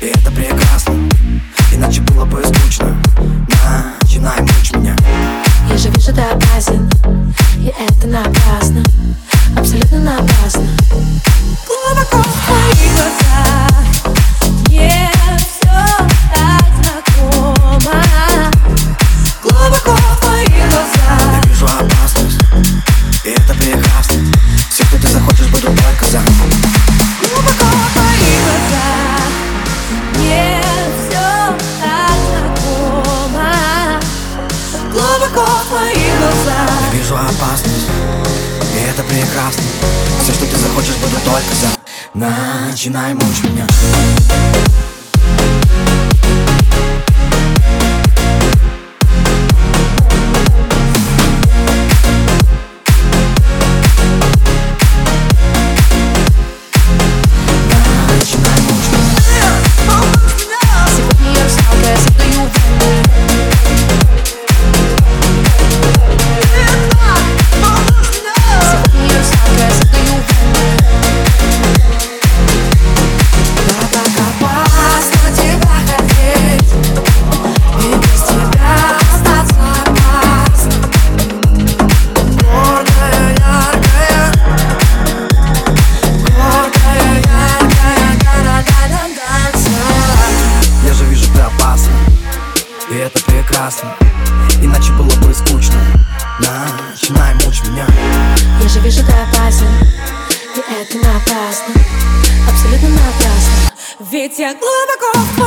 и это прекрасно. Иначе было бы скучно. Начинай мучить меня. Я же вижу, ты опасен, и это напрасно, абсолютно напрасно. Глубоко в твоих глазах мне все так знакомо. Глубоко в твоих глазах я вижу опасность, и это прекрасно. Все, кто ты захочешь, будут только за. Глубоко в твоих глазах мне все так знакомо. Глубоко в твоих глазах я вижу опасность, и это прекрасно. Все, что ты захочешь, буду только за. Начинай мучить меня. И это прекрасно, иначе было бы скучно. Начинай мучить меня. Я же вижу, ты опасен, и это напрасно, абсолютно напрасно. Ведь я глубоко в